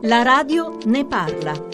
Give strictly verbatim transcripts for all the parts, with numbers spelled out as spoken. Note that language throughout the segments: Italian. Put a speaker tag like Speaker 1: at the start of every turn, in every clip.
Speaker 1: La radio ne parla.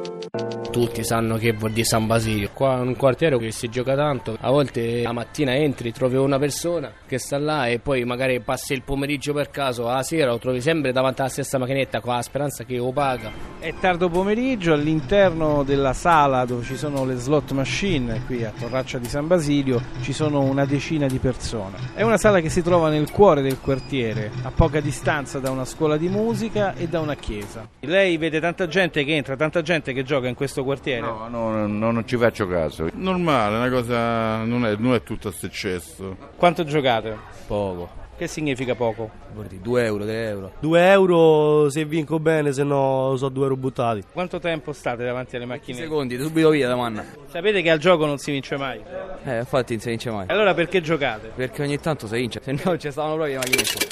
Speaker 2: Tutti sanno che vuol dire San Basilio. Qua in un quartiere che si gioca tanto, a volte la mattina entri, trovi una persona che sta là e poi magari passi il pomeriggio per caso, la sera lo trovi sempre davanti alla stessa macchinetta con la speranza che lo paga.
Speaker 3: È tardo pomeriggio, all'interno della sala dove ci sono le slot machine, qui a Torraccia di San Basilio, ci sono una decina di persone. È una sala che si trova nel cuore del quartiere, a poca distanza da una scuola di musica e da una chiesa. Lei vede tanta gente che entra, tanta gente che gioca in questo quartiere?
Speaker 4: No, no, no, non ci faccio caso.
Speaker 5: Normale, una cosa, non è, non è tutto successo.
Speaker 3: Quanto giocate?
Speaker 6: Poco.
Speaker 3: Che significa poco?
Speaker 6: due euro, tre euro.
Speaker 7: due euro se vinco bene, se no so due euro buttati.
Speaker 3: Quanto tempo state davanti alle macchine?
Speaker 6: Secondi, subito via da manna.
Speaker 3: Sapete che al gioco non si vince mai?
Speaker 6: Eh, infatti non si vince mai.
Speaker 3: Allora perché giocate?
Speaker 6: Perché ogni tanto si vince, se no ci stavano proprio le macchinette.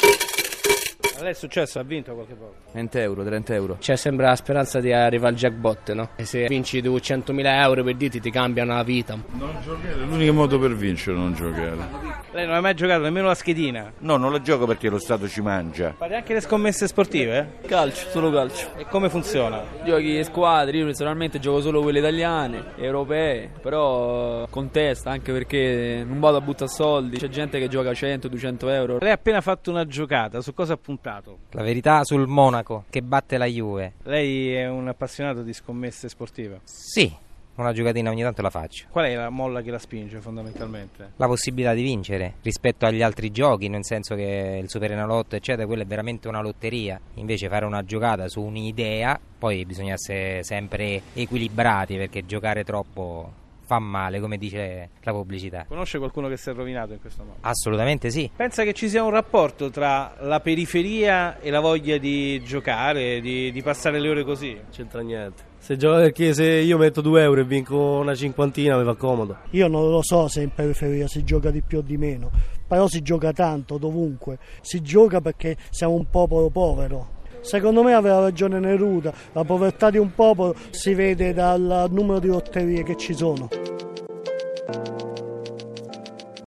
Speaker 3: A lei è successo? Ha vinto qualche volta?
Speaker 6: venti euro, trenta euro.
Speaker 2: C'è sempre la speranza di arrivare al jackpot, no? E se vinci duecentomila euro per dirti ti cambiano la vita.
Speaker 5: Non giocare, è l'unico modo per vincere, non giocare.
Speaker 3: Lei non ha mai giocato nemmeno la schedina?
Speaker 4: No, non la gioco perché lo Stato ci mangia.
Speaker 3: Fate anche le scommesse sportive?
Speaker 6: Calcio, solo calcio.
Speaker 3: E come funziona?
Speaker 6: Giochi in squadre, io personalmente gioco solo quelle italiane, europee, però con testa, anche perché non vado a buttare soldi, c'è gente che gioca cento duecento euro.
Speaker 3: Lei ha appena fatto una giocata, su cosa ha puntato?
Speaker 8: La verità sul Monaco che batte la Juve.
Speaker 3: Lei è un appassionato di scommesse sportive?
Speaker 8: Sì, una giocatina ogni tanto la faccio.
Speaker 3: Qual è la molla che la spinge fondamentalmente?
Speaker 8: La possibilità di vincere rispetto agli altri giochi, nel senso che il Superenalotto eccetera, quella è veramente una lotteria. Invece fare una giocata su un'idea, poi bisogna essere sempre equilibrati, perché giocare troppo fa male, come dice la pubblicità.
Speaker 3: Conosce qualcuno che si è rovinato in questo modo?
Speaker 8: Assolutamente sì.
Speaker 3: Pensa che ci sia un rapporto tra la periferia e la voglia di giocare, di, di passare le ore così?
Speaker 7: C'entra niente. Se gioca perché se io metto due euro e vinco una cinquantina mi va comodo.
Speaker 9: Io non lo so se in periferia si gioca di più o di meno, però si gioca tanto dovunque. Si gioca perché siamo un popolo povero. Secondo me aveva ragione Neruda, la povertà di un popolo si vede dal numero di lotterie che ci sono.